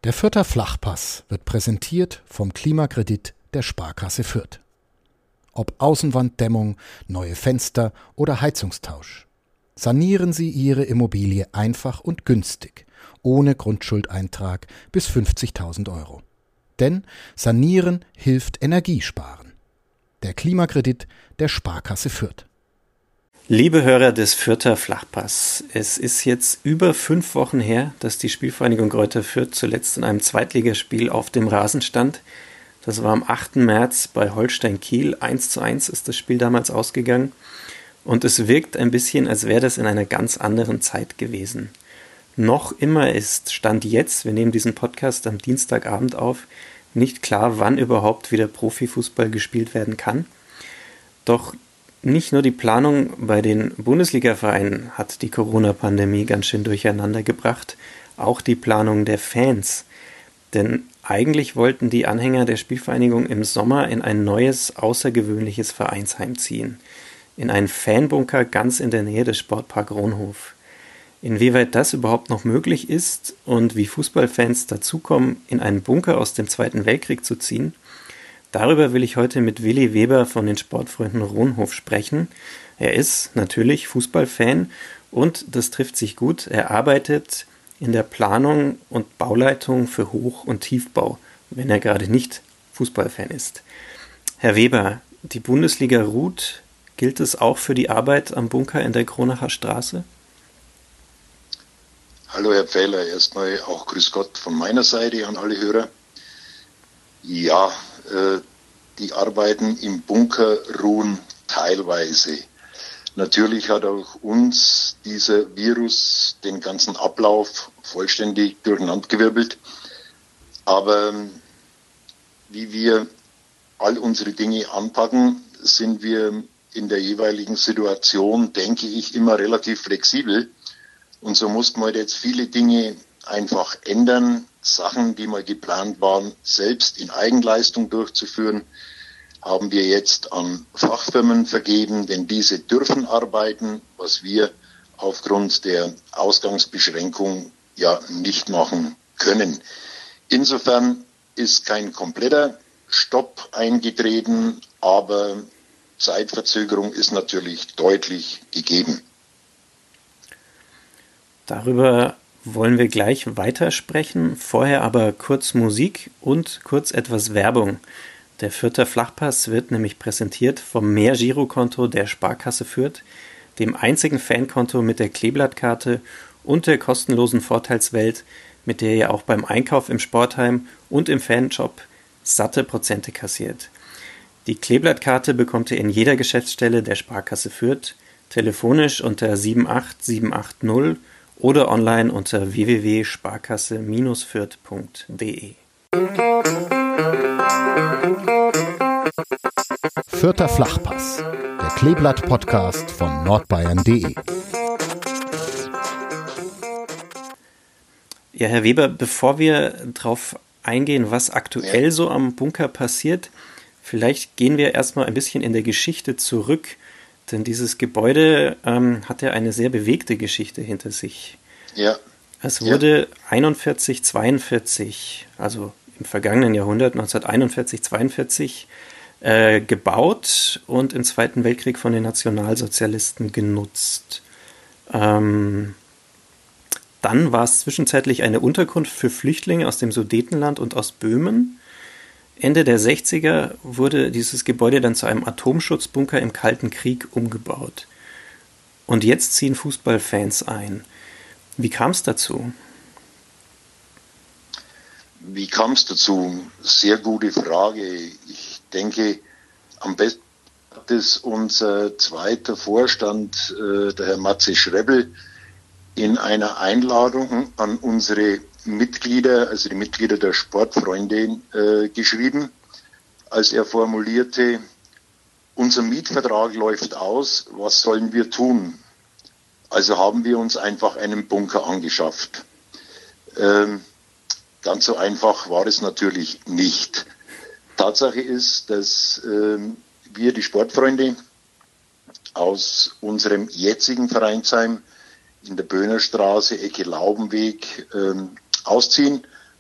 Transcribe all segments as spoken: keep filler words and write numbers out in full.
Der Fürther Flachpass wird präsentiert vom Klimakredit der Sparkasse Fürth. Ob Außenwanddämmung, neue Fenster oder Heizungstausch. Sanieren Sie Ihre Immobilie einfach und günstig, ohne Grundschuldeintrag bis fünfzigtausend Euro. Denn Sanieren hilft Energiesparen. Der Klimakredit der Sparkasse Fürth. Liebe Hörer des Fürther Flachpass, es ist jetzt über fünf Wochen her, dass die Spielvereinigung Greuther Fürth zuletzt in einem Zweitligaspiel auf dem Rasen stand. Das war am achten März bei Holstein Kiel. eins zu eins ist das Spiel damals ausgegangen. Und es wirkt ein bisschen, als wäre das in einer ganz anderen Zeit gewesen. Noch immer ist, Stand jetzt, wir nehmen diesen Podcast am Dienstagabend auf, nicht klar, wann überhaupt wieder Profifußball gespielt werden kann. Doch nicht nur die Planung bei den Bundesliga-Vereinen hat die Corona-Pandemie ganz schön durcheinander gebracht, auch die Planung der Fans. Denn eigentlich wollten die Anhänger der Spielvereinigung im Sommer in ein neues, außergewöhnliches Vereinsheim ziehen. In einen Fanbunker ganz in der Nähe des Sportpark Ronhof. Inwieweit das überhaupt noch möglich ist und wie Fußballfans dazukommen, in einen Bunker aus dem Zweiten Weltkrieg zu ziehen, darüber will ich heute mit Willi Weber von den Sportfreunden Ronhof sprechen. Er ist natürlich Fußballfan und das trifft sich gut. Er arbeitet in der Planung und Bauleitung für Hoch- und Tiefbau, wenn er gerade nicht Fußballfan ist. Herr Weber, die Bundesliga ruht. Gilt es auch für die Arbeit am Bunker in der Kronacher Straße? Hallo Herr Pfähler, erstmal auch Grüß Gott von meiner Seite an alle Hörer. Ja, äh, die Arbeiten im Bunker ruhen teilweise. Natürlich hat auch uns dieser Virus den ganzen Ablauf vollständig durcheinandergewirbelt. Aber wie wir all unsere Dinge anpacken, sind wir in der jeweiligen Situation, denke ich, immer relativ flexibel. Und so mussten wir jetzt viele Dinge einfach ändern, Sachen, die mal geplant waren, selbst in Eigenleistung durchzuführen, haben wir jetzt an Fachfirmen vergeben, denn diese dürfen arbeiten, was wir aufgrund der Ausgangsbeschränkung ja nicht machen können. Insofern ist kein kompletter Stopp eingetreten, aber Zeitverzögerung ist natürlich deutlich gegeben. Darüber wollen wir gleich weitersprechen, vorher aber kurz Musik und kurz etwas Werbung. Der Fürther Flachpass wird nämlich präsentiert vom Mehr-Girokonto der Sparkasse Fürth, dem einzigen Fankonto mit der Kleeblattkarte und der kostenlosen Vorteilswelt, mit der ihr auch beim Einkauf im Sportheim und im Fanshop satte Prozente kassiert. Die Kleeblattkarte bekommt ihr in jeder Geschäftsstelle der Sparkasse Fürth, telefonisch unter sieben acht sieben acht null oder online unter w w w punkt sparkasse Bindestrich fürth punkt d e. Fürther Flachpass, der Kleeblatt-Podcast von nordbayern punkt de. Ja, Herr Weber, bevor wir darauf eingehen, was aktuell so am Bunker passiert, vielleicht gehen wir erstmal ein bisschen in der Geschichte zurück, denn dieses Gebäude ähm, hat ja eine sehr bewegte Geschichte hinter sich. Ja. Es wurde ja. einundvierzig zweiundvierzig, also im vergangenen Jahrhundert, neunzehnhunderteinundvierzig zweiundvierzig, äh, gebaut und im Zweiten Weltkrieg von den Nationalsozialisten genutzt. Ähm, dann war es zwischenzeitlich eine Unterkunft für Flüchtlinge aus dem Sudetenland und aus Böhmen. Ende der sechziger wurde dieses Gebäude dann zu einem Atomschutzbunker im Kalten Krieg umgebaut. Und jetzt ziehen Fußballfans ein. Wie kam es dazu? Wie kam es dazu? Sehr gute Frage. Ich denke, am besten hat es unser zweiter Vorstand, äh, der Herr Matze Schrebbel, in einer Einladung an unsere Mitglieder, also die Mitglieder der Sportfreunde, äh, geschrieben, als er formulierte, unser Mietvertrag läuft aus, was sollen wir tun? Also haben wir uns einfach einen Bunker angeschafft. Ähm, ganz so einfach war es natürlich nicht. Tatsache ist, dass ähm, wir, die Sportfreunde, aus unserem jetzigen Vereinsheim in der Böhnerstraße, Ecke Laubenweg, ähm, ausziehen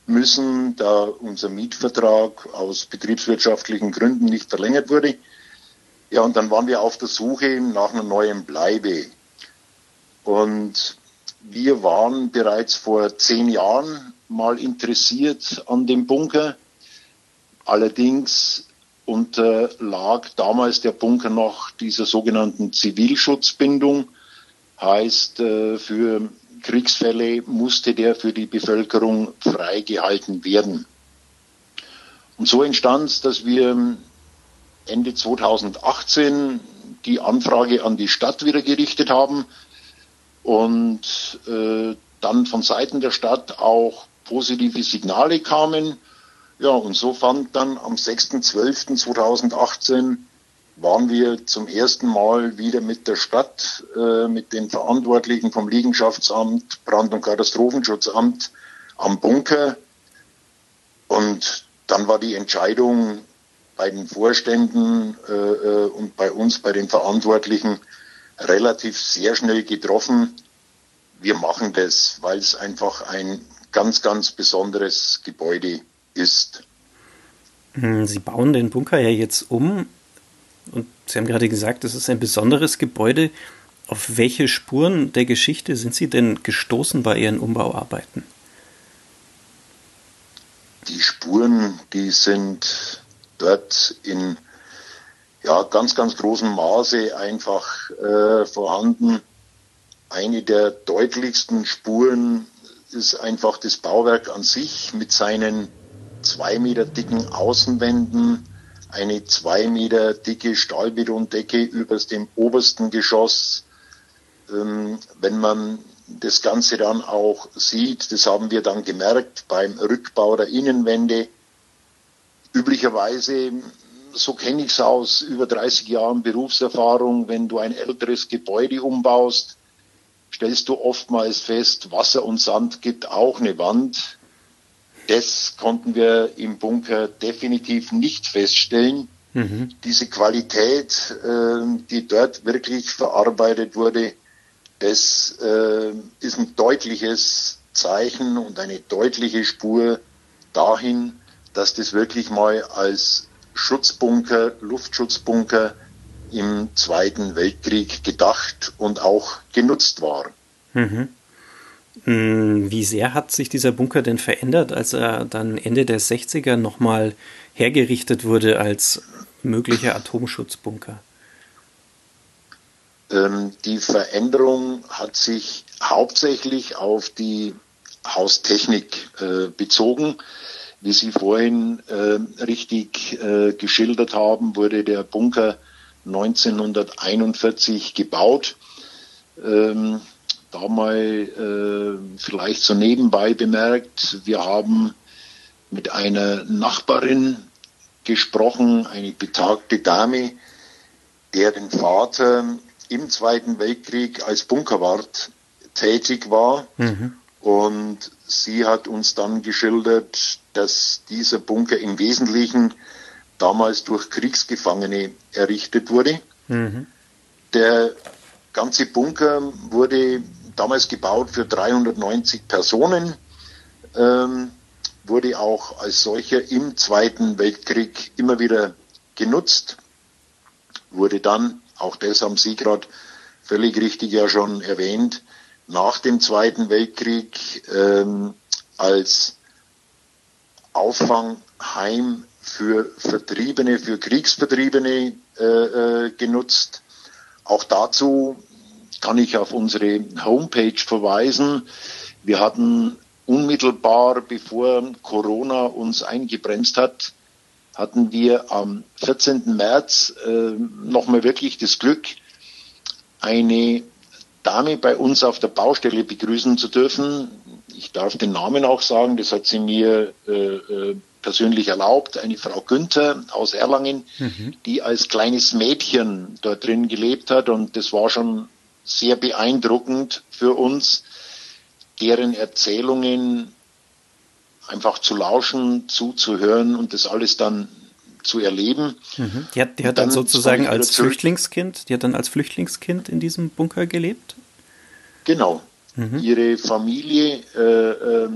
müssen, da unser Mietvertrag aus betriebswirtschaftlichen Gründen nicht verlängert wurde. Ja, und dann waren wir auf der Suche nach einer neuen Bleibe. Und wir waren bereits vor zehn Jahren mal interessiert an dem Bunker. Allerdings unterlag damals der Bunker noch dieser sogenannten Zivilschutzbindung. Heißt, für Kriegsfälle musste der für die Bevölkerung freigehalten werden. Und so entstand es, dass wir Ende zweitausendachtzehn die Anfrage an die Stadt wieder gerichtet haben und äh, dann von Seiten der Stadt auch positive Signale kamen. Ja, und so fand dann am sechster zwölfter zweitausendachtzehn waren wir zum ersten Mal wieder mit der Stadt, äh, mit den Verantwortlichen vom Liegenschaftsamt, Brand- und Katastrophenschutzamt am Bunker. Und dann war die Entscheidung bei den Vorständen äh, und bei uns, bei den Verantwortlichen, relativ sehr schnell getroffen. Wir machen das, weil es einfach ein ganz, ganz besonderes Gebäude ist. Sie bauen den Bunker ja jetzt um und Sie haben gerade gesagt, es ist ein besonderes Gebäude. Auf welche Spuren der Geschichte sind Sie denn gestoßen bei Ihren Umbauarbeiten? Die Spuren, die sind dort in ja, ganz, ganz großem Maße einfach äh, vorhanden. Eine der deutlichsten Spuren ist einfach das Bauwerk an sich mit seinen zwei Meter dicken Außenwänden, eine zwei Meter dicke Stahlbetondecke über dem obersten Geschoss. Ähm, wenn man das Ganze dann auch sieht, das haben wir dann gemerkt beim Rückbau der Innenwände. Üblicherweise, so kenne ich es aus über dreißig Jahren Berufserfahrung, wenn du ein älteres Gebäude umbaust, stellst du oftmals fest, Wasser und Sand gibt auch eine Wand. Das konnten wir im Bunker definitiv nicht feststellen. Mhm. Diese Qualität, äh, die dort wirklich verarbeitet wurde, das äh, ist ein deutliches Zeichen und eine deutliche Spur dahin, dass das wirklich mal als Schutzbunker, Luftschutzbunker im Zweiten Weltkrieg gedacht und auch genutzt war. Mhm. Wie sehr hat sich dieser Bunker denn verändert, als er dann Ende der sechziger nochmal hergerichtet wurde als möglicher Atomschutzbunker? Ähm, die Veränderung hat sich hauptsächlich auf die Haustechnik äh, bezogen. Wie Sie vorhin äh, richtig äh, geschildert haben, wurde der Bunker neunzehnhunderteinundvierzig gebaut. Ähm, da mal äh, vielleicht so nebenbei bemerkt, wir haben mit einer Nachbarin gesprochen, eine betagte Dame, deren Vater im Zweiten Weltkrieg als Bunkerwart tätig war. Mhm. Und sie hat uns dann geschildert, dass dieser Bunker im Wesentlichen damals durch Kriegsgefangene errichtet wurde. Mhm. Der ganze Bunker wurde damals gebaut für dreihundertneunzig Personen, ähm, wurde auch als solcher im Zweiten Weltkrieg immer wieder genutzt, wurde dann, auch das haben Sie gerade völlig richtig ja schon erwähnt, nach dem Zweiten Weltkrieg ähm, als Auffangheim für Vertriebene, für Kriegsvertriebene äh, äh, genutzt. Auch dazu kann ich auf unsere Homepage verweisen. Wir hatten unmittelbar, bevor Corona uns eingebremst hat, hatten wir am vierzehnten März äh, nochmal wirklich das Glück, eine Dame bei uns auf der Baustelle begrüßen zu dürfen. Ich darf den Namen auch sagen, das hat sie mir äh, äh, persönlich erlaubt, eine Frau Günther aus Erlangen, mhm. die als kleines Mädchen dort drin gelebt hat, und das war schon sehr beeindruckend für uns, deren Erzählungen einfach zu lauschen, zuzuhören und das alles dann zu erleben. Mhm. Die hat, die hat dann, dann sozusagen als Flüchtlingskind, die hat dann als Flüchtlingskind in diesem Bunker gelebt? Genau. Mhm. Ihre Familie äh, äh,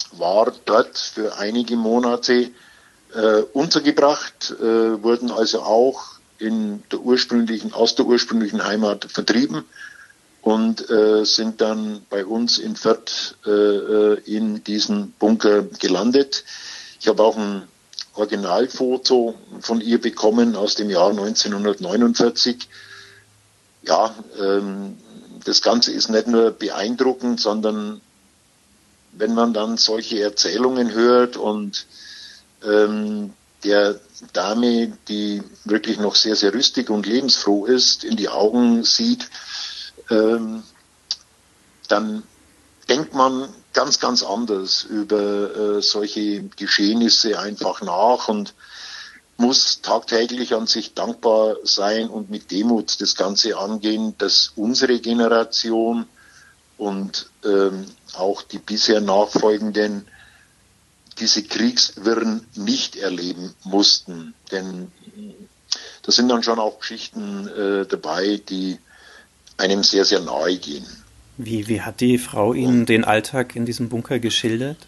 war dort für einige Monate äh, untergebracht, äh, wurden also auch in der ursprünglichen, aus der ursprünglichen Heimat vertrieben und äh, sind dann bei uns in Fürth äh, in diesen Bunker gelandet. Ich habe auch ein Originalfoto von ihr bekommen aus dem Jahr neunzehnhundertneunundvierzig. Ja, ähm, das Ganze ist nicht nur beeindruckend, sondern wenn man dann solche Erzählungen hört und ähm, der Dame, die wirklich noch sehr, sehr rüstig und lebensfroh ist, in die Augen sieht, ähm, dann denkt man ganz, ganz anders über äh, solche Geschehnisse einfach nach und muss tagtäglich an sich dankbar sein und mit Demut das Ganze angehen, dass unsere Generation und ähm, auch die bisher nachfolgenden diese Kriegswirren nicht erleben mussten. Denn da sind dann schon auch Geschichten äh, dabei, die einem sehr, sehr nahe gehen. Wie, wie hat die Frau Ihnen den Alltag in diesem Bunker geschildert?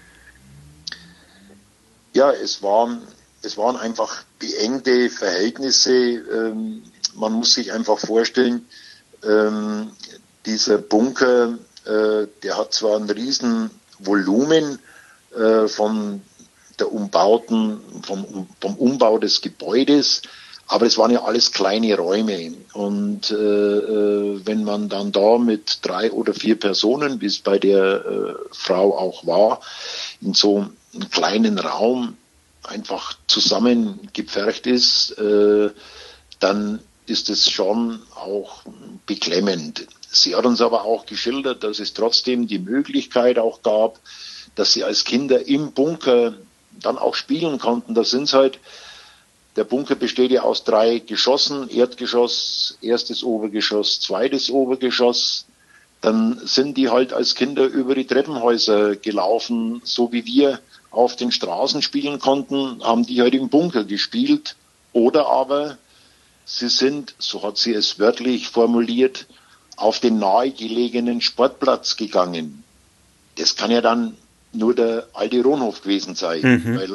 Ja, es waren, es waren einfach beengte Verhältnisse. Ähm, man muss sich einfach vorstellen, ähm, dieser Bunker, äh, der hat zwar ein riesen Volumen äh, von der umbauten, vom, vom Umbau des Gebäudes, aber es waren ja alles kleine Räume. Und äh, wenn man dann da mit drei oder vier Personen, wie es bei der äh, Frau auch war, in so einem kleinen Raum einfach zusammengepfercht ist, äh, dann ist es schon auch beklemmend. Sie hat uns aber auch geschildert, dass es trotzdem die Möglichkeit auch gab, dass sie als Kinder im Bunker dann auch spielen konnten. Da sind es halt, der Bunker besteht ja aus drei Geschossen, Erdgeschoss, erstes Obergeschoss, zweites Obergeschoss. Dann sind die halt als Kinder über die Treppenhäuser gelaufen, so wie wir auf den Straßen spielen konnten, haben die halt im Bunker gespielt. Oder aber sie sind, so hat sie es wörtlich formuliert, auf den nahegelegenen Sportplatz gegangen. Das kann ja dann nur der alte Ronhof gewesen sein, mhm. weil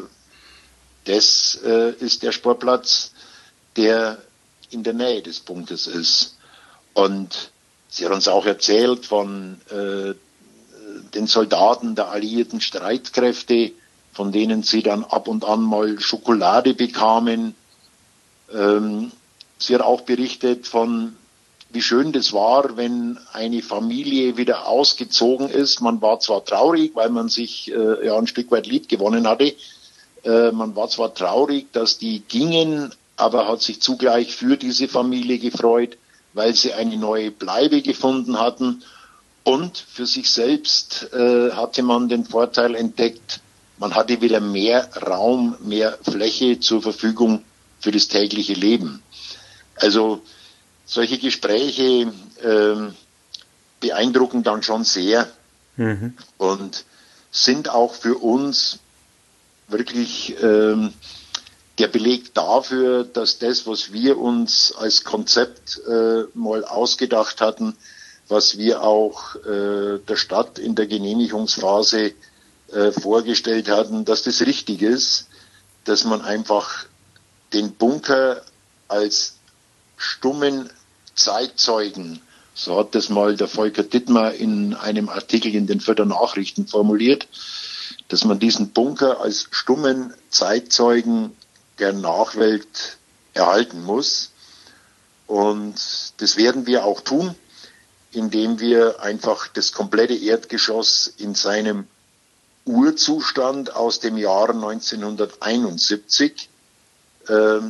das äh, ist der Sportplatz, der in der Nähe des Bunkers ist. Und sie hat uns auch erzählt von äh, den Soldaten der alliierten Streitkräfte, von denen sie dann ab und an mal Schokolade bekamen. Ähm, sie hat auch berichtet von, wie schön das war, wenn eine Familie wieder ausgezogen ist. Man war zwar traurig, weil man sich äh, ja ein Stück weit lieb gewonnen hatte. Äh, man war zwar traurig, dass die gingen, aber hat sich zugleich für diese Familie gefreut, weil sie eine neue Bleibe gefunden hatten. Und für sich selbst äh, hatte man den Vorteil entdeckt, man hatte wieder mehr Raum, mehr Fläche zur Verfügung für das tägliche Leben. Also solche Gespräche äh, beeindrucken dann schon sehr mhm. und sind auch für uns wirklich ähm, der Beleg dafür, dass das, was wir uns als Konzept äh, mal ausgedacht hatten, was wir auch äh, der Stadt in der Genehmigungsphase äh, vorgestellt hatten, dass das richtig ist, dass man einfach den Bunker als stummen Zeitzeugen, so hat das mal der Volker Dittmar in einem Artikel in den Fürther Nachrichten formuliert, dass man diesen Bunker als stummen Zeitzeugen der Nachwelt erhalten muss. Und das werden wir auch tun, indem wir einfach das komplette Erdgeschoss in seinem Urzustand aus dem Jahr neunzehnhunderteinundsiebzig ähm,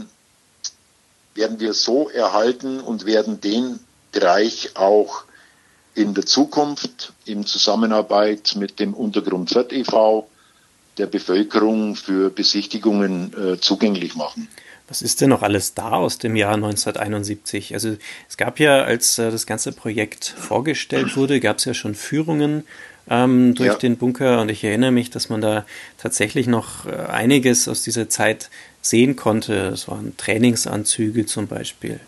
werden wir so erhalten und werden den Bereich auch in der Zukunft in Zusammenarbeit mit dem Untergrund Fürth e V der Bevölkerung für Besichtigungen äh, zugänglich machen. Was ist denn noch alles da aus dem Jahr neunzehnhunderteinundsiebzig? Also es gab ja, als äh, das ganze Projekt vorgestellt wurde, gab es ja schon Führungen ähm, durch ja. den Bunker und ich erinnere mich, dass man da tatsächlich noch äh, einiges aus dieser Zeit sehen konnte. Es waren Trainingsanzüge zum Beispiel.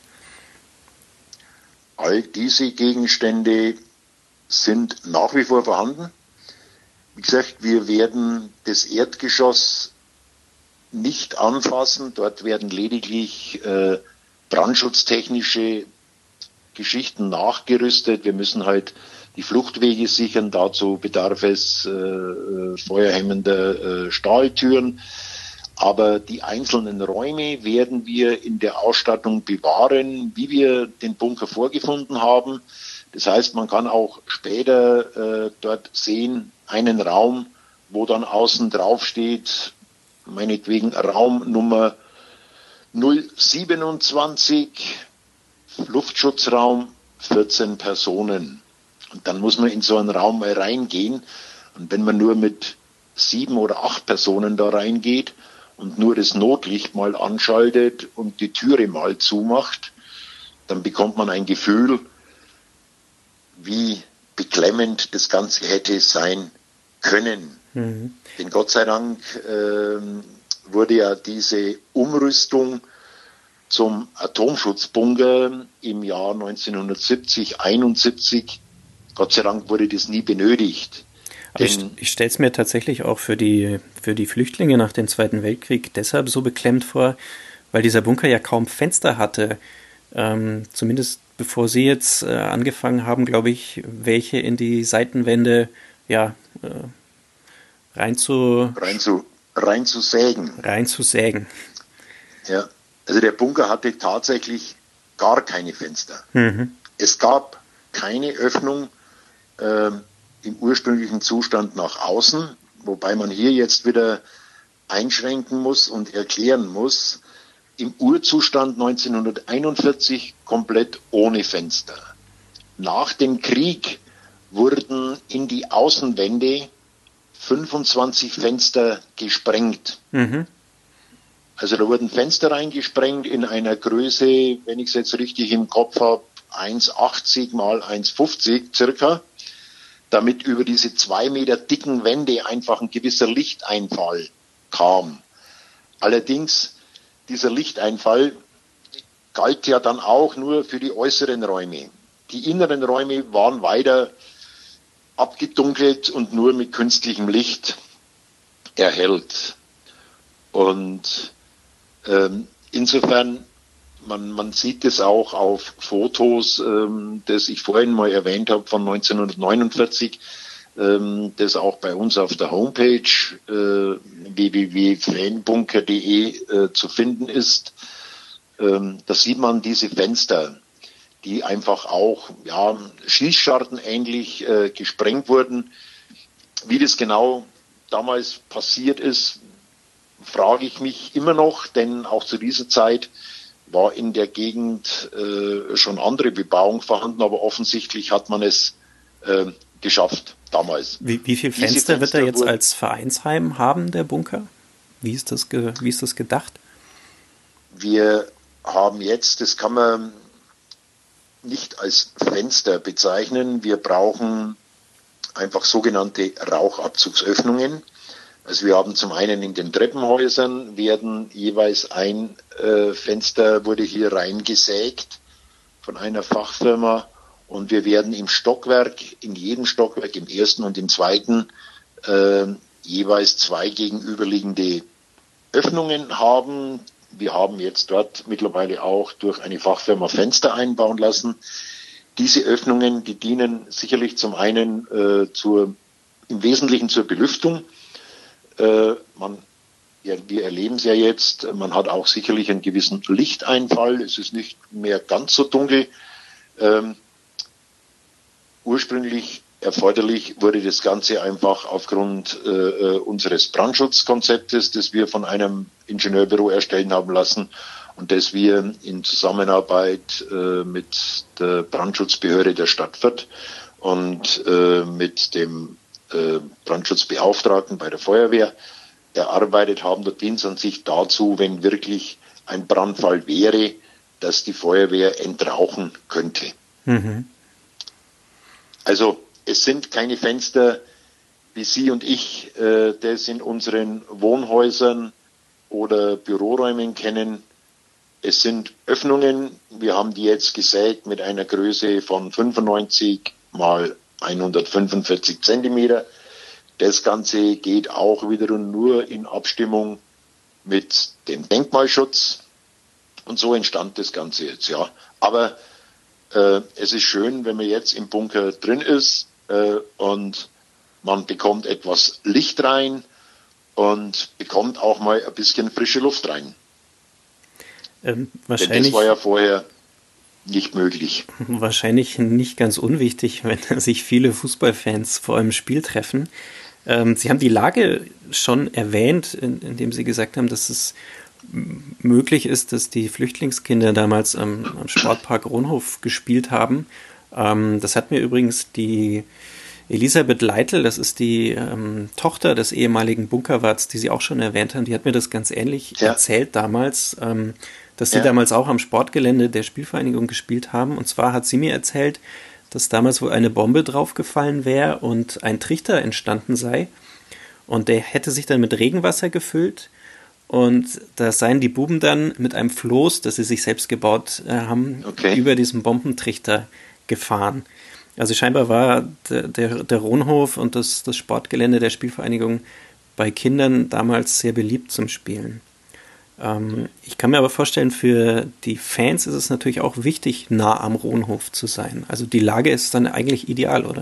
All diese Gegenstände sind nach wie vor vorhanden. Wie gesagt, wir werden das Erdgeschoss nicht anfassen. Dort werden lediglich äh, brandschutztechnische Geschichten nachgerüstet. Wir müssen halt die Fluchtwege sichern. Dazu bedarf es äh, feuerhemmender äh, Stahltüren. Aber die einzelnen Räume werden wir in der Ausstattung bewahren, wie wir den Bunker vorgefunden haben. Das heißt, man kann auch später äh, dort sehen, einen Raum, wo dann außen drauf steht, meinetwegen Raum Nummer null siebenundzwanzig, Luftschutzraum vierzehn Personen. Und dann muss man in so einen Raum mal reingehen. Und wenn man nur mit sieben oder acht Personen da reingeht und nur das Notlicht mal anschaltet und die Türe mal zumacht, dann bekommt man ein Gefühl, wie beklemmend das Ganze hätte sein können. Mhm. Denn Gott sei Dank äh, wurde ja diese Umrüstung zum Atomschutzbunker im Jahr neunzehnhundertsiebzig, einundsiebzig, Gott sei Dank wurde das nie benötigt. Aber ich, ich stelle es mir tatsächlich auch für die, für die Flüchtlinge nach dem Zweiten Weltkrieg deshalb so beklemmt vor, weil dieser Bunker ja kaum Fenster hatte. Ähm, zumindest bevor Sie jetzt äh, angefangen haben, glaube ich, welche in die Seitenwände ja, äh, rein zu... Rein zu, rein zu sägen. Rein zu sägen. Ja, also der Bunker hatte tatsächlich gar keine Fenster. Mhm. Es gab keine Öffnung äh, im ursprünglichen Zustand nach außen, wobei man hier jetzt wieder einschränken muss und erklären muss, im Urzustand neunzehnhunderteinundvierzig komplett ohne Fenster. Nach dem Krieg wurden in die Außenwände fünfundzwanzig Fenster gesprengt. Mhm. Also da wurden Fenster reingesprengt in einer Größe, wenn ich es jetzt richtig im Kopf habe, eins achtzig mal eins fünfzig circa, damit über diese zwei Meter dicken Wände einfach ein gewisser Lichteinfall kam. Allerdings, dieser Lichteinfall galt ja dann auch nur für die äußeren Räume. Die inneren Räume waren weiter abgedunkelt und nur mit künstlichem Licht erhellt. Und ähm, insofern, man, man sieht es auch auf Fotos, ähm, das ich vorhin mal erwähnt habe von neunzehnhundertneunundvierzig, ähm, das auch bei uns auf der Homepage äh, w w w punkt fanbunker punkt de äh, zu finden ist. Ähm, da sieht man diese Fenster, die einfach auch ja, schießschartenähnlich äh, gesprengt wurden. Wie das genau damals passiert ist, frage ich mich immer noch, denn auch zu dieser Zeit war in der Gegend äh, schon andere Bebauung vorhanden, aber offensichtlich hat man es äh, geschafft damals. Wie, wie viel Fenster, Fenster wird er jetzt als Vereinsheim haben, der Bunker? Wie ist das, ge, wie ist das gedacht? Wir haben jetzt, das kann man nicht als Fenster bezeichnen, wir brauchen einfach sogenannte Rauchabzugsöffnungen. Also wir haben zum einen in den Treppenhäusern werden jeweils ein äh, Fenster wurde hier reingesägt von einer Fachfirma und wir werden im Stockwerk, in jedem Stockwerk, im ersten und im zweiten, äh, jeweils zwei gegenüberliegende Öffnungen haben. Wir haben jetzt dort mittlerweile auch durch eine Fachfirma Fenster einbauen lassen. Diese Öffnungen, die dienen sicherlich zum einen äh, zur, im Wesentlichen zur Belüftung. Äh, man, ja, wir erleben es ja jetzt, man hat auch sicherlich einen gewissen Lichteinfall. Es ist nicht mehr ganz so dunkel. Ähm, ursprünglich erforderlich wurde das Ganze einfach aufgrund äh, unseres Brandschutzkonzeptes, das wir von einem Ingenieurbüro erstellen haben lassen und das wir in Zusammenarbeit äh, mit der Brandschutzbehörde der Stadt Fürth und äh, mit dem äh, Brandschutzbeauftragten bei der Feuerwehr erarbeitet haben. Da dient es an sich dazu, wenn wirklich ein Brandfall wäre, dass die Feuerwehr entrauchen könnte. Mhm. Also es sind keine Fenster, wie Sie und ich äh, das in unseren Wohnhäusern oder Büroräumen kennen. Es sind Öffnungen. Wir haben die jetzt gesägt mit einer Größe von fünfundneunzig mal hundertfünfundvierzig Zentimeter. Das Ganze geht auch wiederum nur in Abstimmung mit dem Denkmalschutz. Und so entstand das Ganze jetzt, ja. Aber äh, es ist schön, wenn man jetzt im Bunker drin ist äh, und man bekommt etwas Licht rein und bekommt auch mal ein bisschen frische Luft rein. Ähm, wahrscheinlich, Denn das war ja vorher nicht möglich. Wahrscheinlich nicht ganz unwichtig, wenn sich viele Fußballfans vor einem Spiel treffen. Ähm, Sie haben die Lage schon erwähnt, in, indem Sie gesagt haben, dass es möglich ist, dass die Flüchtlingskinder damals am, am Sportpark Ronhof gespielt haben. Ähm, das hat mir übrigens die Elisabeth Leitl, das ist die ähm, Tochter des ehemaligen Bunkerwarts, die Sie auch schon erwähnt haben, die hat mir das ganz ähnlich ja. erzählt damals, ähm, dass sie ja. damals auch am Sportgelände der Spielvereinigung gespielt haben. Und zwar hat sie mir erzählt, dass damals wohl eine Bombe draufgefallen wäre und ein Trichter entstanden sei. Und der hätte sich dann mit Regenwasser gefüllt. Und da seien die Buben dann mit einem Floß, das sie sich selbst gebaut äh, haben, okay. über diesen Bombentrichter gefahren. Also scheinbar war der, der, der Ronhof und das, das Sportgelände der Spielvereinigung bei Kindern damals sehr beliebt zum Spielen. Ähm, ich kann mir aber vorstellen, für die Fans ist es natürlich auch wichtig, nah am Ronhof zu sein. Also die Lage ist dann eigentlich ideal, oder?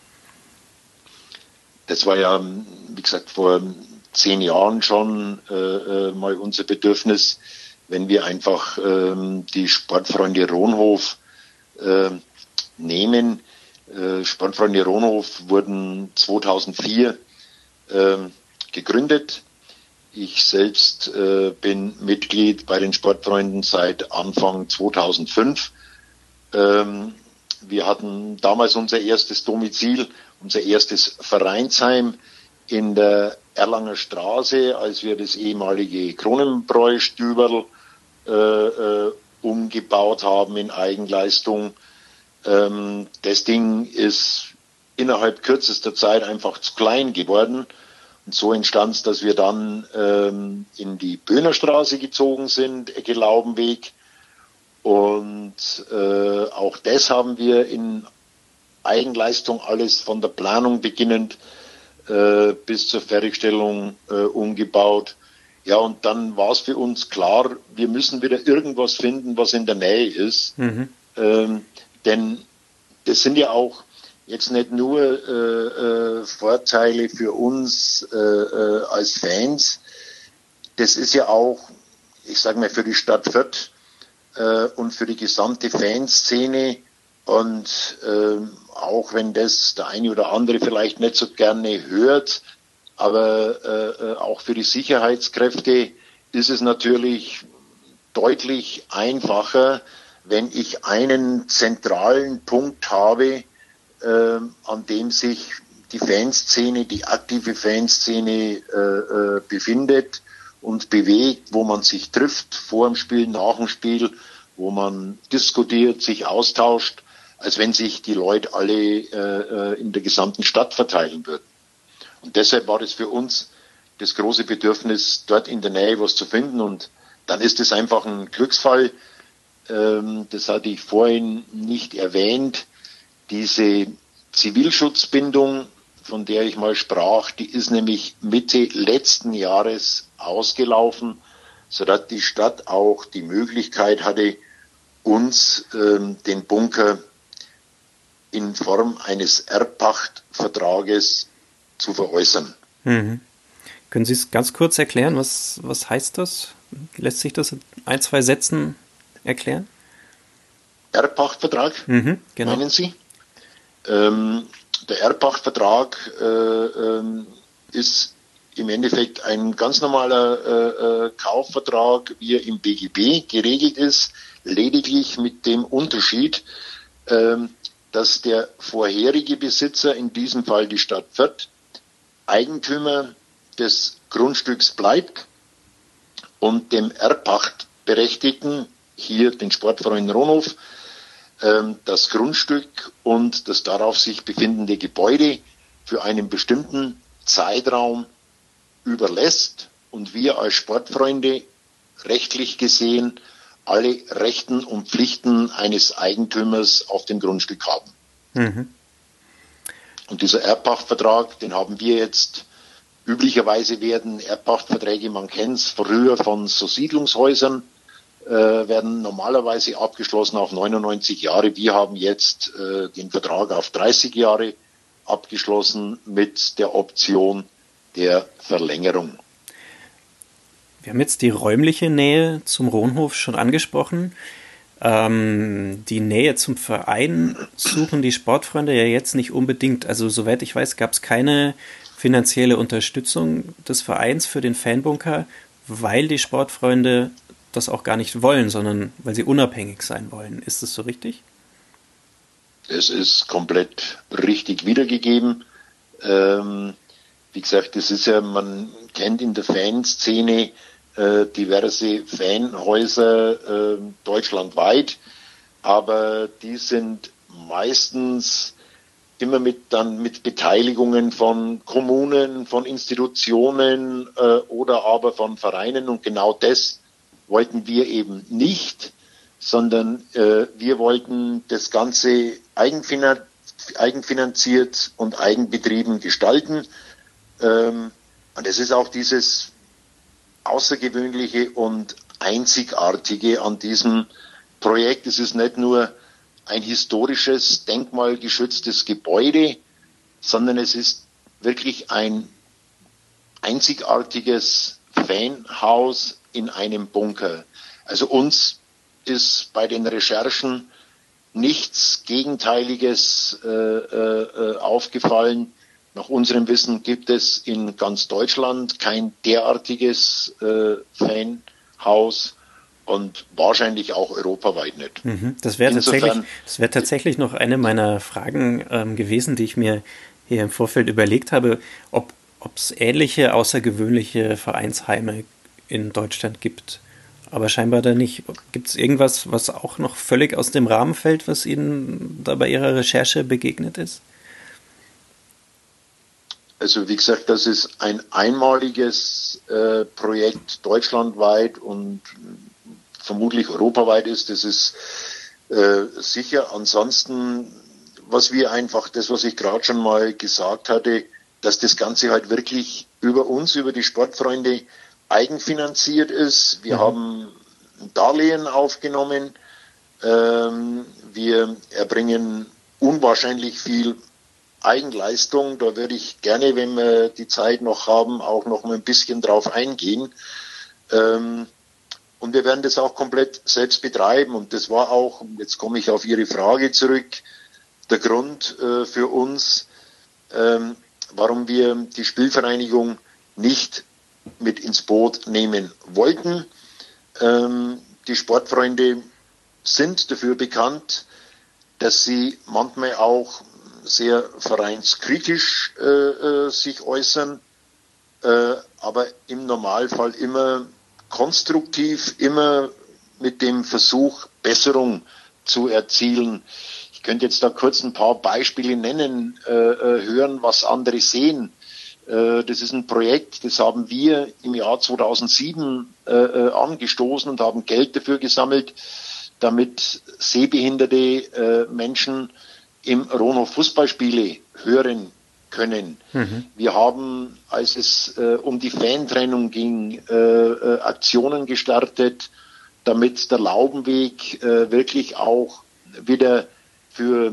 Das war ja, wie gesagt, vor zehn Jahren schon äh, mal unser Bedürfnis, wenn wir einfach äh, die Sportfreunde Ronhof äh, nehmen. Äh, Sportfreunde Ronhof wurden zweitausendvier äh, gegründet. Ich selbst äh, bin Mitglied bei den Sportfreunden seit Anfang zweitausendfünf. Ähm, wir hatten damals unser erstes Domizil, unser erstes Vereinsheim in der Erlanger Straße, als wir das ehemalige Kronenbräu-Stüberl äh, äh, umgebaut haben in Eigenleistung. Ähm, das Ding ist innerhalb kürzester Zeit einfach zu klein geworden. Und so entstand es, dass wir dann ähm, in die Böhnerstraße gezogen sind, Ecke Laubenweg. Und äh, auch das haben wir in Eigenleistung alles von der Planung beginnend äh, bis zur Fertigstellung äh, umgebaut. Ja, und dann war es für uns klar, wir müssen wieder irgendwas finden, was in der Nähe ist. Mhm. Ähm, denn das sind ja auch jetzt nicht nur äh, äh, Vorteile für uns äh, äh, als Fans. Das ist ja auch, ich sage mal, für die Stadt Fürth äh, und für die gesamte Fanszene. Und äh, auch wenn das der eine oder andere vielleicht nicht so gerne hört, aber äh, auch für die Sicherheitskräfte ist es natürlich deutlich einfacher, wenn ich einen zentralen Punkt habe, äh, an dem sich die Fanszene, die aktive Fanszene äh, äh, befindet und bewegt, wo man sich trifft vor dem Spiel, nach dem Spiel, wo man diskutiert, sich austauscht, als wenn sich die Leute alle äh, in der gesamten Stadt verteilen würden. Und deshalb war es für uns das große Bedürfnis, dort in der Nähe was zu finden. Und dann ist es einfach ein Glücksfall, ähm, das hatte ich vorhin nicht erwähnt, diese Zivilschutzbindung, von der ich mal sprach, die ist nämlich Mitte letzten Jahres ausgelaufen, sodass die Stadt auch die Möglichkeit hatte, uns ähm, den Bunker in Form eines Erbpachtvertrages zu veräußern. Mhm. Können Sie es ganz kurz erklären? Was, was heißt das? Lässt sich das in ein, zwei Sätzen erklären? Erbpachtvertrag, mhm, genau. Meinen Sie? Ähm, der Erbpachtvertrag äh, ähm, ist im Endeffekt ein ganz normaler äh, Kaufvertrag, wie er im B G B geregelt ist, lediglich mit dem Unterschied, ähm, dass der vorherige Besitzer, in diesem Fall die Stadt Fürth, Eigentümer des Grundstücks bleibt und dem Erbpachtberechtigten, hier den Sportverein Ronhof, ähm, das Grundstück und das darauf sich befindende Gebäude für einen bestimmten Zeitraum überlässt und wir als Sportfreunde rechtlich gesehen alle Rechten und Pflichten eines Eigentümers auf dem Grundstück haben. Mhm. Und dieser Erbpachtvertrag, den haben wir jetzt, üblicherweise werden Erbpachtverträge, man kennt es früher von so Siedlungshäusern, äh, werden normalerweise abgeschlossen auf neunundneunzig Jahre. Wir haben jetzt äh, den Vertrag auf dreißig Jahre abgeschlossen mit der Option der Verlängerung. Wir haben jetzt die räumliche Nähe zum Ronhof schon angesprochen. Ähm, die Nähe zum Verein suchen die Sportfreunde ja jetzt nicht unbedingt. Also soweit ich weiß, gab es keine finanzielle Unterstützung des Vereins für den Fanbunker, weil die Sportfreunde das auch gar nicht wollen, sondern weil sie unabhängig sein wollen. Ist das so richtig? Es ist komplett richtig wiedergegeben. Ähm, wie gesagt, das ist ja, man kennt in der Fanszene äh, diverse Fanhäuser äh, deutschlandweit, aber die sind meistens immer mit dann mit Beteiligungen von Kommunen, von Institutionen äh, oder aber von Vereinen, und genau das wollten wir eben nicht, sondern äh, wir wollten das Ganze eigenfinan- eigenfinanziert und eigenbetrieben gestalten. Ähm, und es ist auch dieses Außergewöhnliche und Einzigartige an diesem Projekt. Es ist nicht nur ein historisches, denkmalgeschütztes Gebäude, sondern es ist wirklich ein einzigartiges Fanhaus in einem Bunker. Also uns ist bei den Recherchen nichts Gegenteiliges äh, äh, aufgefallen. Nach unserem Wissen gibt es in ganz Deutschland kein derartiges äh, Fanhaus und wahrscheinlich auch europaweit nicht. Mhm. Das wäre tatsächlich, das wäre tatsächlich noch eine meiner Fragen ähm, gewesen, die ich mir hier im Vorfeld überlegt habe, ob es ähnliche außergewöhnliche Vereinsheime in Deutschland gibt. Aber scheinbar da nicht. Gibt es irgendwas, was auch noch völlig aus dem Rahmen fällt, was Ihnen da bei Ihrer Recherche begegnet ist? Also wie gesagt, das ist ein einmaliges äh, Projekt deutschlandweit und vermutlich europaweit ist. Das ist äh, sicher. Ansonsten, was wir einfach, das, was ich gerade schon mal gesagt hatte, dass das Ganze halt wirklich über uns, über die Sportfreunde eigenfinanziert ist. Wir mhm. haben ein Darlehen aufgenommen. Ähm, wir erbringen unwahrscheinlich viel Eigenleistung. Da würde ich gerne, wenn wir die Zeit noch haben, auch noch mal ein bisschen drauf eingehen. Ähm, und wir werden das auch komplett selbst betreiben. Und das war auch, jetzt komme ich auf Ihre Frage zurück, der Grund äh, für uns, ähm, warum wir die Spielvereinigung nicht mit ins Boot nehmen wollten. Ähm, die Sportfreunde sind dafür bekannt, dass sie manchmal auch sehr vereinskritisch äh, äh, sich äußern, äh, aber im Normalfall immer konstruktiv, immer mit dem Versuch, Besserung zu erzielen. Ich könnte jetzt da kurz ein paar Beispiele nennen, äh, hören, was andere sehen. Äh, das ist ein Projekt, das haben wir im Jahr zweitausendsieben äh, angestoßen und haben Geld dafür gesammelt, damit sehbehinderte äh, Menschen im Ronhof Fußballspiele hören können. Mhm. Wir haben, als es äh, um die Fantrennung ging, äh, äh, Aktionen gestartet, damit der Laubenweg äh, wirklich auch wieder für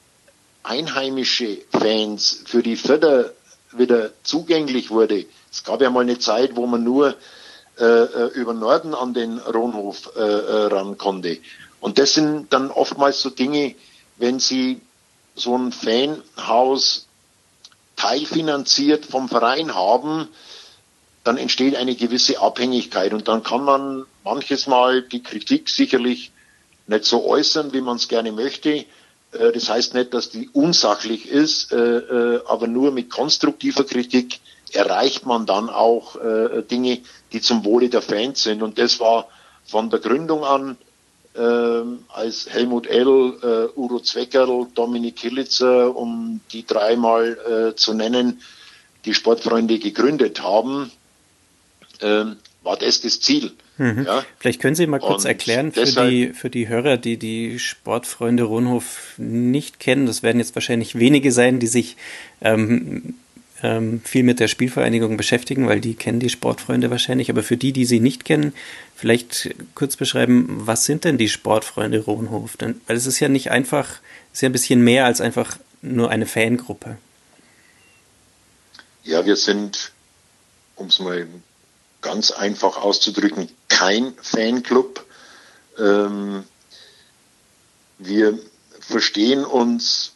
einheimische Fans, für die Förder wieder zugänglich wurde. Es gab ja mal eine Zeit, wo man nur äh, über Norden an den Ronhof äh, ran konnte. Und das sind dann oftmals so Dinge, wenn Sie so ein Fanhaus teilfinanziert vom Verein haben, dann entsteht eine gewisse Abhängigkeit und dann kann man manches Mal die Kritik sicherlich nicht so äußern, wie man es gerne möchte. Das heißt nicht, dass die unsachlich ist, aber nur mit konstruktiver Kritik erreicht man dann auch Dinge, die zum Wohle der Fans sind. Und das war von der Gründung an, Ähm, als Helmut L., äh, Udo Zweckerl, Dominik Hillitzer, um die dreimal äh, zu nennen, die Sportfreunde gegründet haben, ähm, war das das Ziel. Mhm. Ja? Vielleicht können Sie mal kurz und erklären für deshalb, die, für die Hörer, die die Sportfreunde Ronhof nicht kennen, das werden jetzt wahrscheinlich wenige sein, die sich ähm, ähm, viel mit der Spielvereinigung beschäftigen, weil die kennen die Sportfreunde wahrscheinlich, aber für die, die sie nicht kennen, vielleicht kurz beschreiben, was sind denn die Sportfreunde Ronhof? Denn, weil es ist ja nicht einfach, es ist ja ein bisschen mehr als einfach nur eine Fangruppe. Ja, wir sind, um es mal ganz einfach auszudrücken, kein Fanclub. Ähm, wir verstehen uns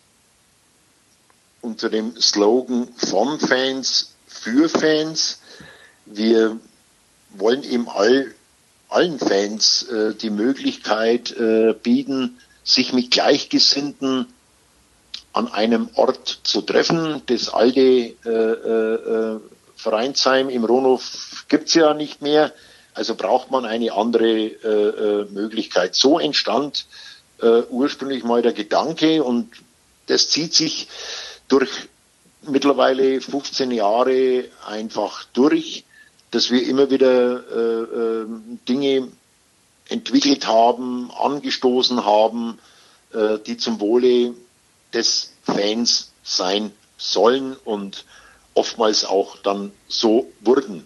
unter dem Slogan von Fans für Fans. Wir wollen eben all, allen Fans äh, die Möglichkeit äh, bieten, sich mit Gleichgesinnten an einem Ort zu treffen. Das alte äh, äh, Vereinsheim im Ronhof gibt's ja nicht mehr, also braucht man eine andere äh, äh, Möglichkeit. So entstand äh, ursprünglich mal der Gedanke und das zieht sich durch mittlerweile fünfzehn Jahre einfach durch, dass wir immer wieder äh, äh, Dinge entwickelt haben, angestoßen haben, äh, die zum Wohle des Fans sein sollen und oftmals auch dann so wurden.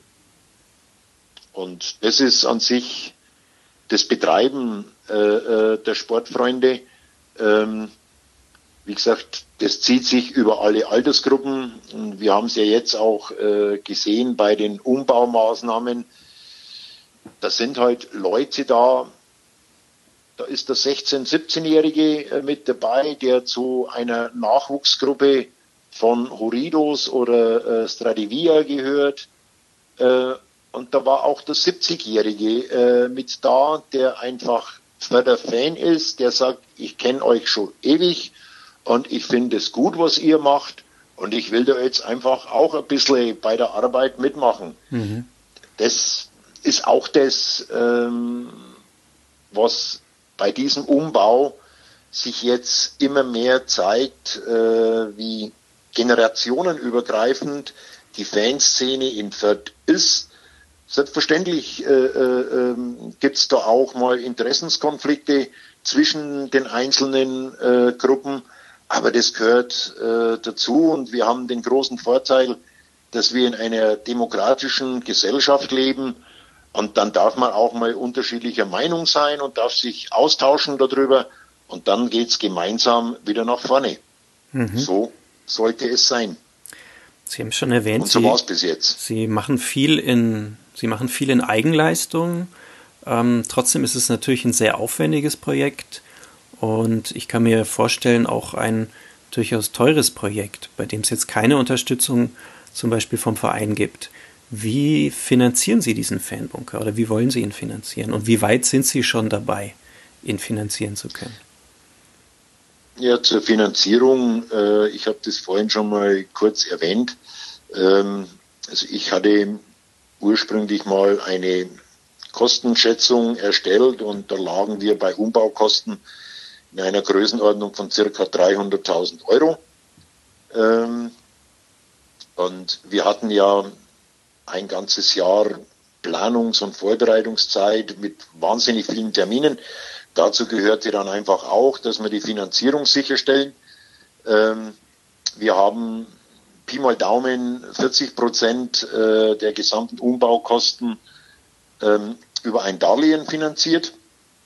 Und das ist an sich das Betreiben äh, äh, der Sportfreunde. Ähm, wie gesagt, das zieht sich über alle Altersgruppen. Und wir haben es ja jetzt auch äh, gesehen bei den Umbaumaßnahmen. Da sind halt Leute da, da ist der sechzehn-, siebzehnjährige äh, mit dabei, der zu einer Nachwuchsgruppe von Horidos oder äh, Stradivia gehört. Äh, und da war auch der siebzigjährige äh, mit da, der einfach der Fan ist, der sagt, ich kenne euch schon ewig und ich finde es gut, was ihr macht und ich will da jetzt einfach auch ein bisschen bei der Arbeit mitmachen. Mhm. Das ist auch das, ähm, was bei diesem Umbau sich jetzt immer mehr zeigt, äh, wie generationenübergreifend die Fanszene in Fürth ist. Selbstverständlich äh, äh, gibt es da auch mal Interessenskonflikte zwischen den einzelnen äh, Gruppen, aber das gehört äh, dazu und wir haben den großen Vorteil, dass wir in einer demokratischen Gesellschaft leben und dann darf man auch mal unterschiedlicher Meinung sein und darf sich austauschen darüber und dann geht's gemeinsam wieder nach vorne. Mhm. So sollte es sein. Sie haben schon erwähnt, und so war es bis jetzt. Sie machen viel in, Sie machen viel in Eigenleistung. Ähm, trotzdem ist es natürlich ein sehr aufwendiges Projekt und ich kann mir vorstellen, auch ein durchaus teures Projekt, bei dem es jetzt keine Unterstützung zum Beispiel vom Verein gibt. Wie finanzieren Sie diesen Fanbunker oder wie wollen Sie ihn finanzieren und wie weit sind Sie schon dabei, ihn finanzieren zu können? Ja, zur Finanzierung, äh, ich habe das vorhin schon mal kurz erwähnt. Ähm, also ich hatte ursprünglich mal eine Kostenschätzung erstellt und da lagen wir bei Umbaukosten in einer Größenordnung von circa dreihunderttausend Euro. Ähm, und wir hatten ja ein ganzes Jahr Planungs- und Vorbereitungszeit mit wahnsinnig vielen Terminen. Dazu gehörte dann einfach auch, dass wir die Finanzierung sicherstellen. Ähm, wir haben Pi mal Daumen vierzig Prozent äh, der gesamten Umbaukosten ähm, über ein Darlehen finanziert.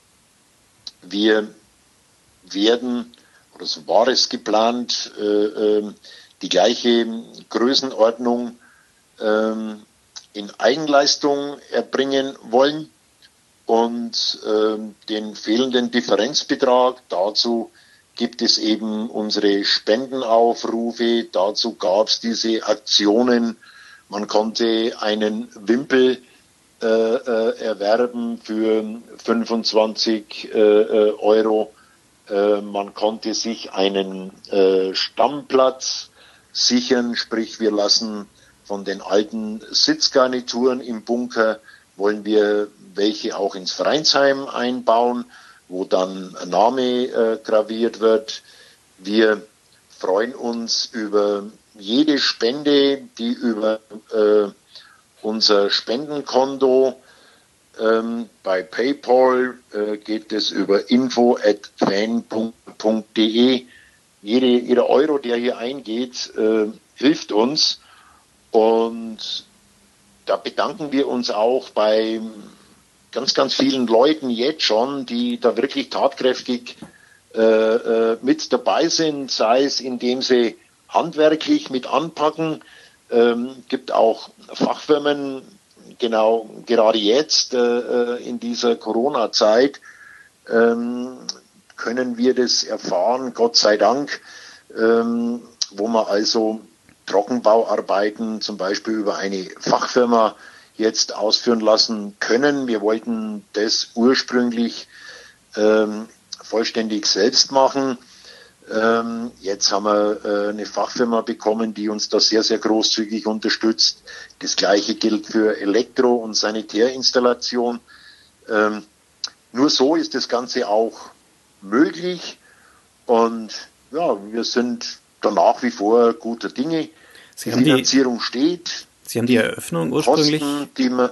Wir werden, oder so war es geplant, äh, äh, die gleiche Größenordnung äh, in Eigenleistung erbringen wollen. Und äh, den fehlenden Differenzbetrag, dazu gibt es eben unsere Spendenaufrufe, dazu gab es diese Aktionen, man konnte einen Wimpel äh, äh, erwerben für fünfundzwanzig äh, Euro, äh, man konnte sich einen äh, Stammplatz sichern, sprich wir lassen von den alten Sitzgarnituren im Bunker, wollen wir welche auch ins Vereinsheim einbauen, wo dann ein Name äh, graviert wird. Wir freuen uns über jede Spende, die über äh, unser Spendenkonto Ähm, bei PayPal äh, geht es über info at fan punkt de. Jede, jeder Euro, der hier eingeht, äh, hilft uns. Und da bedanken wir uns auch bei ganz, ganz vielen Leuten jetzt schon, die da wirklich tatkräftig äh, äh, mit dabei sind, sei es indem sie handwerklich mit anpacken. Ähm, gibt auch Fachfirmen, genau gerade jetzt äh, in dieser Corona-Zeit ähm, können wir das erfahren, Gott sei Dank, ähm, wo man also Trockenbauarbeiten zum Beispiel über eine Fachfirma jetzt ausführen lassen können. Wir wollten das ursprünglich ähm, vollständig selbst machen. Ähm, jetzt haben wir äh, eine Fachfirma bekommen, die uns da sehr, sehr großzügig unterstützt. Das Gleiche gilt für Elektro- und Sanitärinstallation. Ähm, nur so ist das Ganze auch möglich. Und ja, wir sind da nach wie vor guter Dinge. Sie Die haben Finanzierung die, steht. Sie haben die, die Eröffnung ursprünglich... Kosten, die, wir,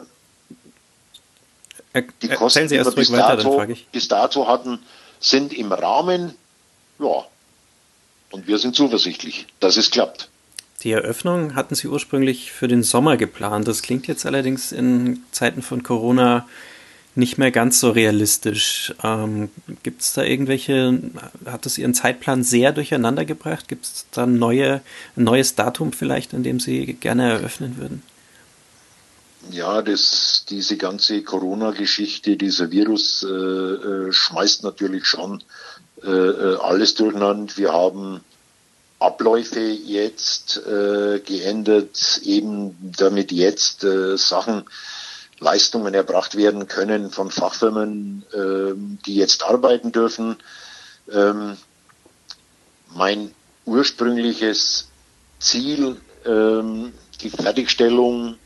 die er, Kosten, Sie die wir erst bis weiter, dato, dann frage ich. bis dato hatten, sind im Rahmen. Ja, und wir sind zuversichtlich, dass es klappt. Die Eröffnung hatten Sie ursprünglich für den Sommer geplant. Das klingt jetzt allerdings in Zeiten von Corona nicht mehr ganz so realistisch. Ähm, gibt es da irgendwelche, hat das Ihren Zeitplan sehr durcheinander gebracht? Gibt es da neue, ein neues Datum vielleicht, an dem Sie gerne eröffnen würden? Ja, das, diese ganze Corona-Geschichte, dieser Virus äh, äh, schmeißt natürlich schon äh, alles durcheinander. Wir haben Abläufe jetzt äh, geändert, eben damit jetzt äh, Sachen, Leistungen erbracht werden können von Fachfirmen, äh, die jetzt arbeiten dürfen. Ähm, mein ursprüngliches Ziel, ähm, die Fertigstellung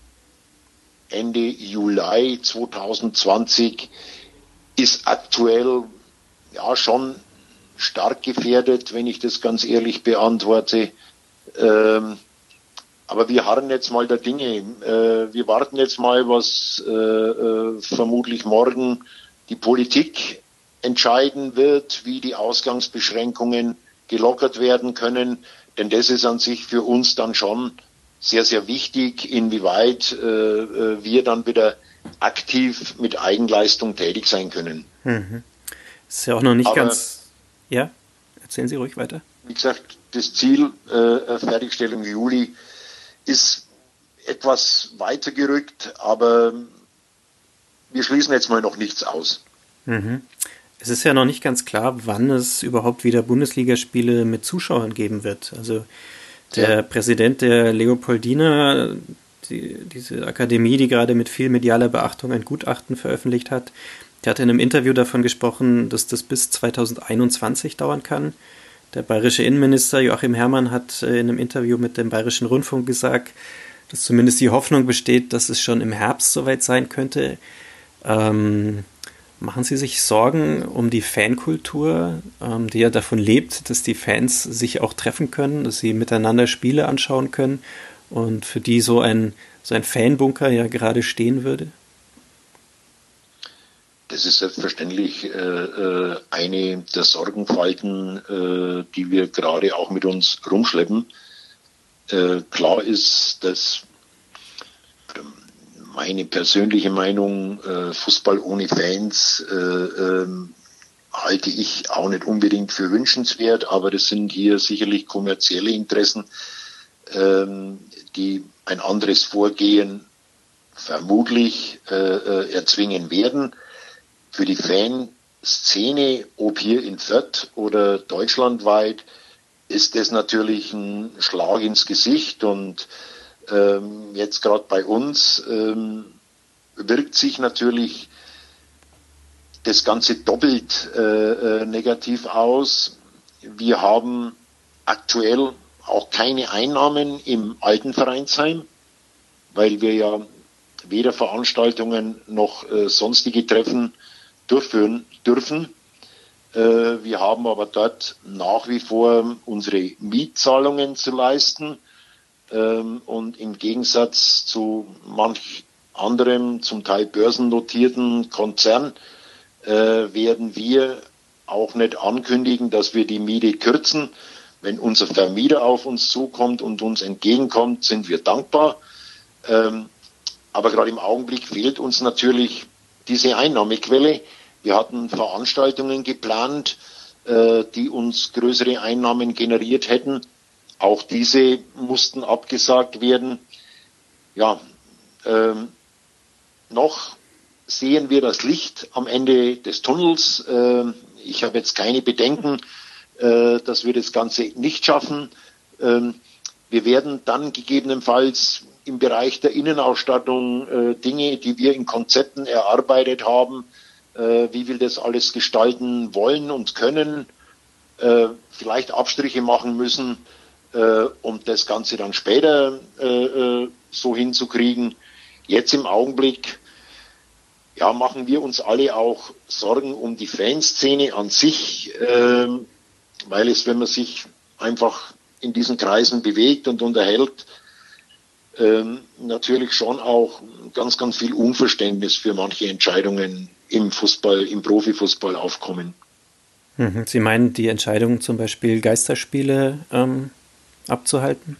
Ende Juli zwanzig zwanzig, ist aktuell ja schon stark gefährdet, wenn ich das ganz ehrlich beantworte. Ähm, aber wir harren jetzt mal der Dinge. Äh, wir warten jetzt mal, was äh, äh, vermutlich morgen die Politik entscheiden wird, wie die Ausgangsbeschränkungen gelockert werden können. Denn das ist an sich für uns dann schon sehr, sehr wichtig, inwieweit äh, wir dann wieder aktiv mit Eigenleistung tätig sein können. Mhm. Ist ja auch noch nicht Aber, ganz... Ja, erzählen Sie ruhig weiter. Wie gesagt, das Ziel äh, Fertigstellung Juli ist etwas weitergerückt, aber wir schließen jetzt mal noch nichts aus. Mhm. Es ist ja noch nicht ganz klar, wann es überhaupt wieder Bundesligaspiele mit Zuschauern geben wird. Also der ja. Präsident der Leopoldina, die, diese Akademie, die gerade mit viel medialer Beachtung ein Gutachten veröffentlicht hat, der hat in einem Interview davon gesprochen, dass das bis zwanzig einundzwanzig dauern kann. Der bayerische Innenminister Joachim Herrmann hat in einem Interview mit dem Bayerischen Rundfunk gesagt, dass zumindest die Hoffnung besteht, dass es schon im Herbst soweit sein könnte. Ähm, machen Sie sich Sorgen um die Fankultur, ähm, die ja davon lebt, dass die Fans sich auch treffen können, dass sie miteinander Spiele anschauen können und für die so ein, so ein Fanbunker ja gerade stehen würde? Das ist selbstverständlich äh, eine der Sorgenfalten, äh, die wir gerade auch mit uns rumschleppen. Äh, klar ist, dass meine persönliche Meinung, äh, Fußball ohne Fans äh, äh, halte ich auch nicht unbedingt für wünschenswert, aber das sind hier sicherlich kommerzielle Interessen, äh, die ein anderes Vorgehen vermutlich äh, erzwingen werden. Für die Fanszene, ob hier in Fürth oder deutschlandweit, ist das natürlich ein Schlag ins Gesicht. Und ähm, jetzt gerade bei uns ähm, wirkt sich natürlich das Ganze doppelt äh, negativ aus. Wir haben aktuell auch keine Einnahmen im alten Vereinsheim, weil wir ja weder Veranstaltungen noch äh, sonstige Treffen durchführen dürfen. Äh, wir haben aber dort nach wie vor unsere Mietzahlungen zu leisten. Ähm, und im Gegensatz zu manch anderem zum Teil börsennotierten Konzern äh, werden wir auch nicht ankündigen, dass wir die Miete kürzen. Wenn unser Vermieter auf uns zukommt und uns entgegenkommt, sind wir dankbar. Ähm, aber gerade im Augenblick fehlt uns natürlich diese Einnahmequelle. Wir hatten Veranstaltungen geplant, äh, die uns größere Einnahmen generiert hätten. Auch diese mussten abgesagt werden. Ja, ähm, noch sehen wir das Licht am Ende des Tunnels. Äh, ich habe jetzt keine Bedenken, äh, dass wir das Ganze nicht schaffen. Ähm, wir werden dann gegebenenfalls im Bereich der Innenausstattung äh, Dinge, die wir in Konzepten erarbeitet haben, äh, wie wir das alles gestalten wollen und können, äh, vielleicht Abstriche machen müssen, äh, um das Ganze dann später äh, so hinzukriegen. Jetzt im Augenblick, ja, machen wir uns alle auch Sorgen um die Fanszene an sich, äh, weil es, wenn man sich einfach in diesen Kreisen bewegt und unterhält, ähm, natürlich schon auch ganz, ganz viel Unverständnis für manche Entscheidungen im Fußball, im Profifußball aufkommen. Sie meinen die Entscheidung, zum Beispiel Geisterspiele ähm, abzuhalten?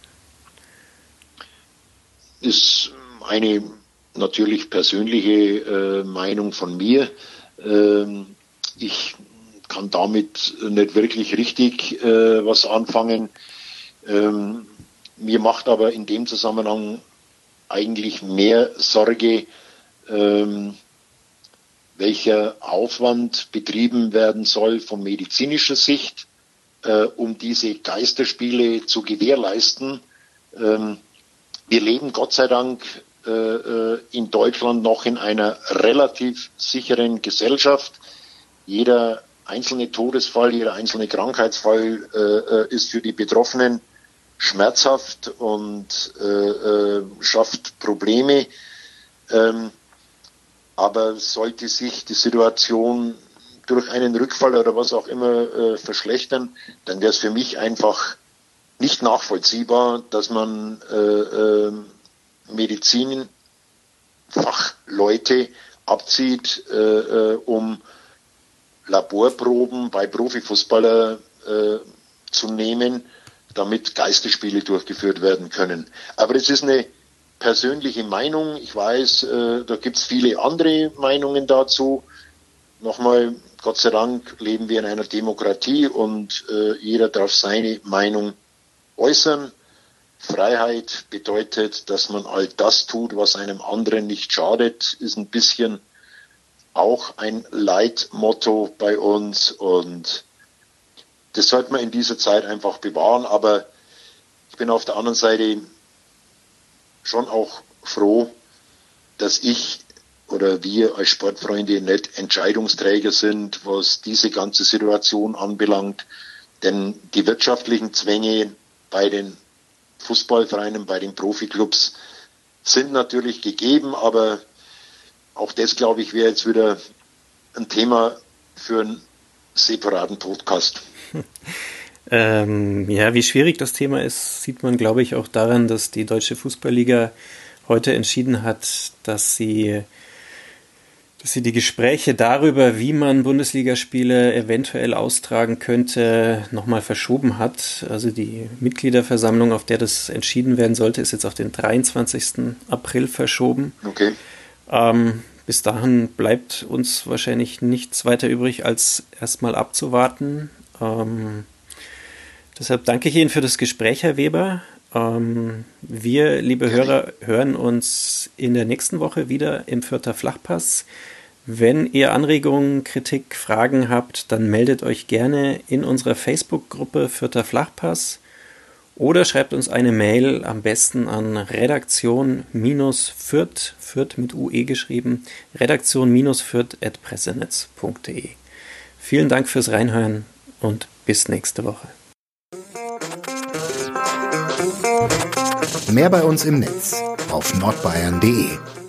Ist eine natürlich persönliche äh, Meinung von mir. Ähm, ich kann damit nicht wirklich richtig äh, was anfangen. Ähm, mir macht aber in dem Zusammenhang eigentlich mehr Sorge, ähm, welcher Aufwand betrieben werden soll von medizinischer Sicht, äh, um diese Geisterspiele zu gewährleisten. Ähm, wir leben Gott sei Dank äh, in Deutschland noch in einer relativ sicheren Gesellschaft. Jeder einzelne Todesfall, jeder einzelne Krankheitsfall äh, ist für die Betroffenen schmerzhaft und äh, äh, schafft Probleme. Ähm, aber sollte sich die Situation durch einen Rückfall oder was auch immer äh, verschlechtern, dann wäre es für mich einfach nicht nachvollziehbar, dass man äh, äh, Medizinfachleute abzieht, äh, äh, um Laborproben bei Profifußballer äh, zu nehmen, damit Geisterspiele durchgeführt werden können. Aber es ist eine persönliche Meinung. Ich weiß, äh, da gibt es viele andere Meinungen dazu. Nochmal, Gott sei Dank leben wir in einer Demokratie und äh, jeder darf seine Meinung äußern. Freiheit bedeutet, dass man all das tut, was einem anderen nicht schadet, ist ein bisschen auch ein Leitmotto bei uns und das sollte man in dieser Zeit einfach bewahren. Aber ich bin auf der anderen Seite schon auch froh, dass ich oder wir als Sportfreunde nicht Entscheidungsträger sind, was diese ganze Situation anbelangt. Denn die wirtschaftlichen Zwänge bei den Fußballvereinen, bei den Profiklubs sind natürlich gegeben, aber auch das, glaube ich, wäre jetzt wieder ein Thema für einen separaten Podcast. Ähm, ja, wie schwierig das Thema ist, sieht man, glaube ich, auch daran, dass die Deutsche Fußballliga heute entschieden hat, dass sie, dass sie die Gespräche darüber, wie man Bundesligaspiele eventuell austragen könnte, nochmal verschoben hat. Also die Mitgliederversammlung, auf der das entschieden werden sollte, ist jetzt auf den dreiundzwanzigsten April verschoben. Okay. Ähm, bis dahin bleibt uns wahrscheinlich nichts weiter übrig, als erstmal abzuwarten. Ähm, deshalb danke ich Ihnen für das Gespräch, Herr Weber. Ähm, wir, liebe Hörer, hören uns in der nächsten Woche wieder im Fürther Flachpass. Wenn ihr Anregungen, Kritik, Fragen habt, dann meldet euch gerne in unserer Facebook-Gruppe Fürther Flachpass oder schreibt uns eine Mail am besten an redaktion-fürth, Fürth mit U E geschrieben, redaktion-fürth at pressenetz punkt de. Vielen Dank fürs Reinhören und bis nächste Woche. Mehr bei uns im Netz auf nordbayern punkt de.